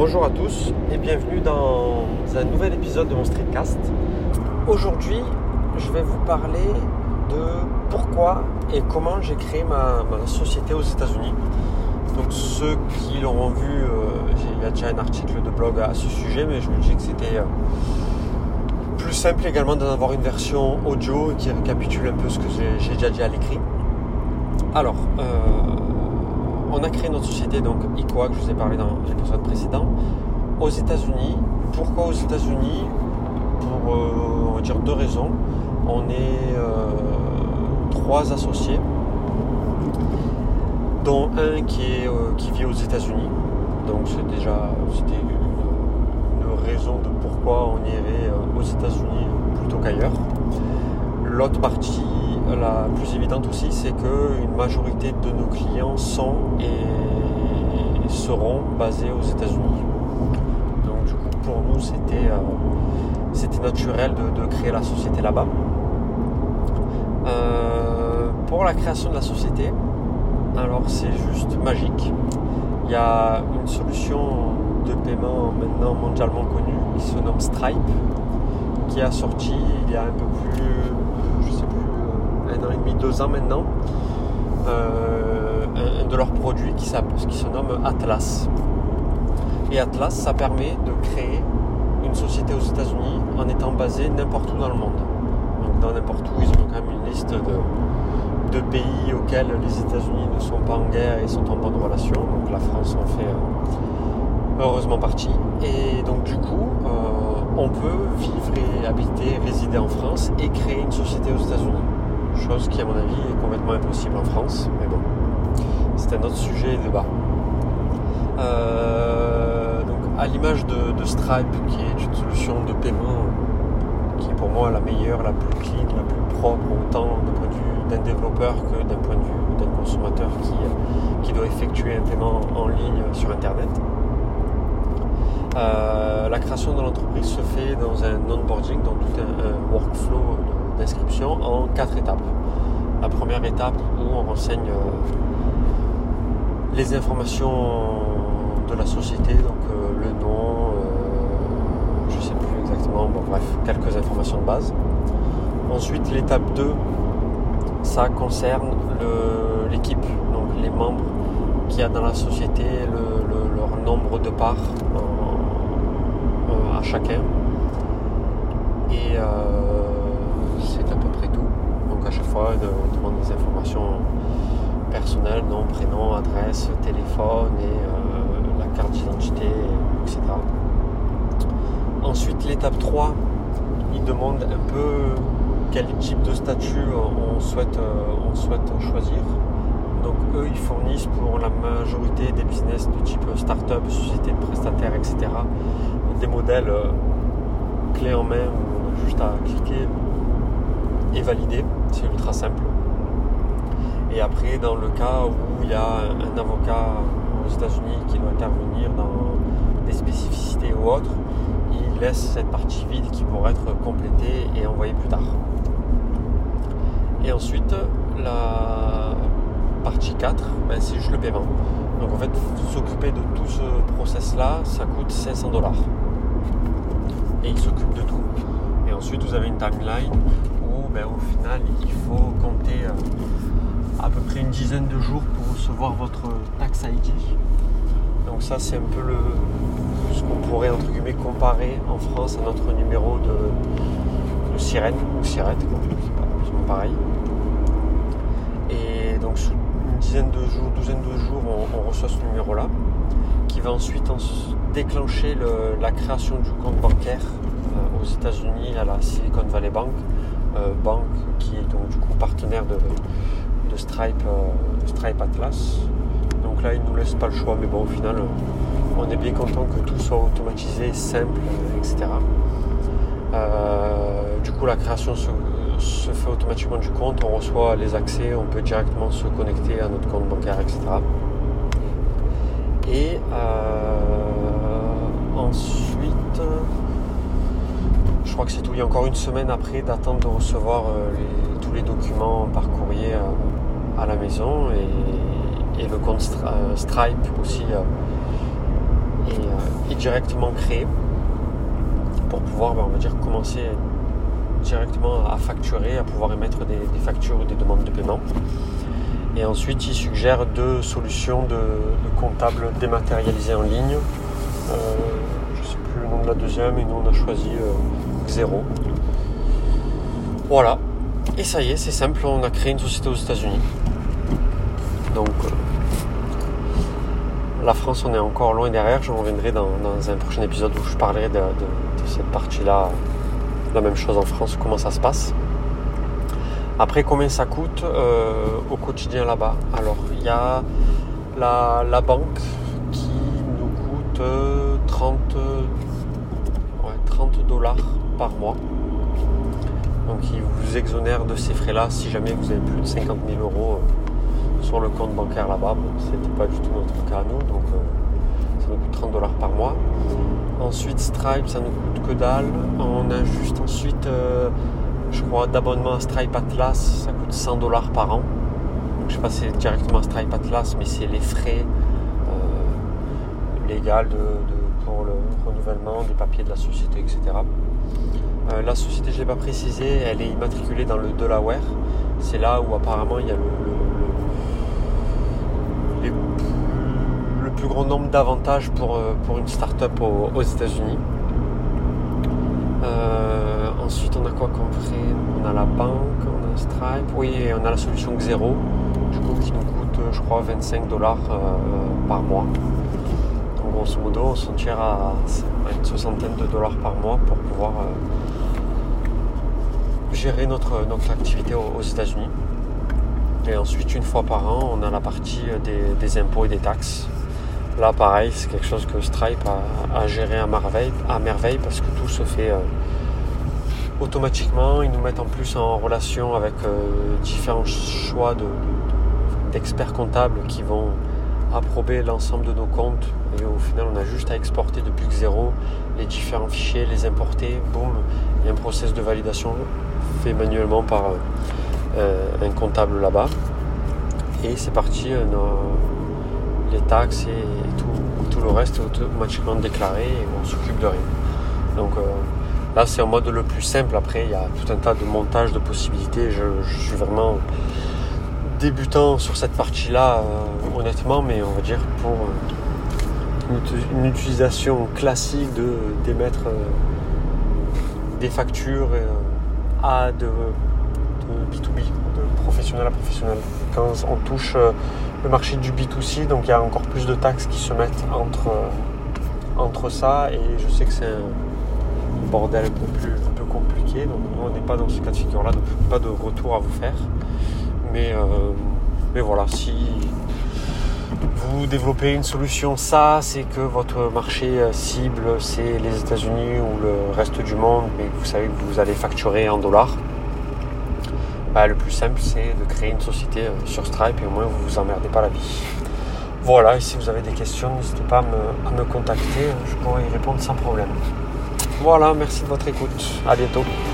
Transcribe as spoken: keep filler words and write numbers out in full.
Bonjour à tous et bienvenue dans un nouvel épisode de mon Streetcast. Aujourd'hui, je vais vous parler de pourquoi et comment j'ai créé ma, ma société aux États-Unis. Donc ceux qui l'auront vu, euh, il y a déjà un article de blog à ce sujet, mais je me dis que c'était euh, plus simple également d'en avoir une version audio qui récapitule un peu ce que j'ai, j'ai déjà dit à l'écrit. Alors, euh, on a créé notre société, donc Iqua, que je vous ai parlé dans l'épisode précédent, aux États-Unis. Pourquoi aux États-Unis ? Pour, euh, on va dire, deux raisons. On est euh, trois associés, dont un qui, est, euh, qui vit aux États-Unis. Donc c'est déjà c'était une, une raison de pourquoi on irait euh, aux États-Unis plutôt qu'ailleurs. L'autre partie, la plus évidente aussi, c'est qu'une majorité de nos clients sont et seront basés aux États-Unis. Donc du coup, pour nous, c'était, euh, c'était naturel de, de créer la société là-bas. Euh, pour la création de la société, alors c'est juste magique. Il y a une solution de paiement maintenant mondialement connue qui se nomme Stripe, qui a sorti il y a un peu plus, je sais plus, un an et demi, deux ans maintenant, euh, un, un de leurs produits qui, qui se nomme Atlas. Et Atlas, ça permet de créer une société aux États-Unis en étant basé n'importe où dans le monde. Donc dans n'importe où, ils ont quand même une liste de, de pays auxquels les États-Unis ne sont pas en guerre et sont en bonne relation. Donc la France en fait euh, heureusement partie. Et donc du coup, euh, on peut vivre et habiter, résider en France et créer une société aux États-Unis. Chose qui à mon avis est complètement impossible en France. Mais bon, c'est un autre sujet de débat. Euh, donc à l'image de, de Stripe, qui est une solution de paiement qui est pour moi la meilleure, la plus clean, la plus propre, autant d'un point de vue d'un développeur que d'un point de vue d'un consommateur qui, qui doit effectuer un paiement en ligne sur Internet. Euh, la création de l'entreprise se fait dans un onboarding, dans tout un, un workflow d'inscription en quatre étapes. La première étape où on renseigne euh, les informations de la société, donc euh, le nom, euh, je ne sais plus exactement, bon bref, quelques informations de base. Ensuite, l'étape deux, ça concerne le, l'équipe, donc les membres qu'il y a dans la société, le, le, leur nombre de parts en, en, à chacun. Et euh, c'est à peu près tout. Donc à chaque fois, on demande des informations personnelles, nom, prénom, adresse, téléphone et euh, la carte d'identité, et cetera. Ensuite, l'étape trois, il demande un peu quel type de statut on souhaite, on souhaite choisir. Donc eux, ils fournissent pour la majorité des business de type start-up, société de prestataires, et cetera, des modèles euh, clés en main où on a juste à cliquer et valider. C'est ultra simple. Et après, dans le cas où il y a un avocat aux États-Unis qui doit intervenir dans des spécificités ou autres, il laisse cette partie vide qui pourra être complétée et envoyée plus tard. Et ensuite, la partie quatre, ben, c'est juste le paiement. Donc en fait, s'occuper de tout ce process-là, ça coûte cinq cents dollars. Et il s'occupe de tout. Et ensuite, vous avez une timeline où ben, au final, il faut compter euh, à peu près une dizaine de jours pour recevoir votre tax I D. Donc ça, c'est un peu le, ce qu'on pourrait, entre guillemets, comparer en France à notre numéro de, de sirène ou sirette, quoi. C'est pas absolument pareil. Et donc, sous une dizaine de jours, douzaine de jours, on, on reçoit ce numéro-là, qui va ensuite en déclencher le, la création du compte bancaire euh, aux États-Unis à la Silicon Valley Bank, euh, banque qui est donc du coup partenaire de, de Stripe, euh, Stripe Atlas. Donc là, il ne nous laisse pas le choix, mais bon, au final, on est bien content que tout soit automatisé, simple, et cetera. Euh, du coup, la création se, se fait automatiquement du compte, on reçoit les accès, on peut directement se connecter à notre compte bancaire, et cetera. Et euh, ensuite, je crois que c'est tout. Il y a encore une semaine après d'attendre de recevoir euh, les, tous les documents par courrier euh, à la maison et, et le compte Stripe aussi euh, est, euh, est directement créé pour pouvoir, ben, on va dire, commencer directement à facturer, à pouvoir émettre des, des factures ou des demandes de paiement. Et ensuite, il suggère deux solutions de, de comptable dématérialisé en ligne. Euh, je ne sais plus le nom de la deuxième, et nous on a choisi euh, Xero. Voilà. Et ça y est, c'est simple, on a créé une société aux États-Unis. Donc, euh, la France, on est encore loin derrière. Je reviendrai dans, dans un prochain épisode où je parlerai de, de, de cette partie-là. La même chose en France, comment ça se passe. Après, combien ça coûte euh, au quotidien là-bas? Alors, il y a la, la banque qui nous coûte euh, trente dollars par mois. Donc, ils vous exonèrent de ces frais-là si jamais vous avez plus de cinquante mille euros euh, sur le compte bancaire là-bas. Bon, ce n'était pas du tout notre cas à nous, donc euh, ça nous coûte trente dollars par mois. Ensuite, Stripe, ça nous coûte que dalle. On a juste ensuite, euh, je crois, d'abonnement à Stripe Atlas, ça coûte cent dollars par an. Donc, je ne sais pas si c'est directement à Stripe Atlas, mais c'est les frais euh, légaux de, de, pour le renouvellement des papiers de la société, et cetera. Euh, la société, je ne l'ai pas précisé, elle est immatriculée dans le Delaware. C'est là où apparemment il y a le, le, le, les le plus grand nombre d'avantages pour, pour une start-up aux, aux États-Unis. Euh, ensuite, on a quoi comme frais? On a la banque, on a Stripe, oui, et on a la solution Xero, du coup, qui nous coûte, je crois, vingt-cinq dollars euh, par mois. Donc, grosso modo, on s'en tire à une soixantaine de dollars par mois pour pouvoir euh, gérer notre, notre activité aux, aux États-Unis. Et ensuite, une fois par an, on a la partie des, des impôts et des taxes. Là, pareil, c'est quelque chose que Stripe a, a géré à merveille, à merveille parce que tout se fait euh, automatiquement. Ils nous mettent en plus en relation avec euh, différents choix de, de, d'experts comptables qui vont approber l'ensemble de nos comptes. Et au final, on a juste à exporter depuis Xero les différents fichiers, les importer. Boum, il y a un process de validation fait manuellement par euh, un comptable là-bas. Et c'est parti. Euh, les taxes et, et tout, tout le reste est automatiquement déclaré et on s'occupe de rien. Donc euh, là c'est en mode le plus simple. Après il y a tout un tas de montages, de possibilités. Je, je suis vraiment débutant sur cette partie-là euh, honnêtement, mais on va dire pour euh, une, une utilisation classique de d'émettre euh, des factures euh, à de, de B deux B, de professionnel à professionnel. Quand on touche euh, le marché du B deux C, donc il y a encore plus de taxes qui se mettent entre, euh, entre ça, et je sais que c'est un bordel un peu, plus, un peu compliqué, donc nous on n'est pas dans ce cas de figure là, donc pas de retour à vous faire, mais, euh, mais voilà, si vous développez une solution ça, c'est que votre marché cible c'est les États-Unis ou le reste du monde, mais vous savez que vous allez facturer en dollars. Bah, le plus simple c'est de créer une société sur Stripe et au moins vous vous emmerdez pas la vie. Voilà, et si vous avez des questions, n'hésitez pas à me, à me contacter, je pourrai y répondre sans problème. Voilà, merci de votre écoute, à bientôt.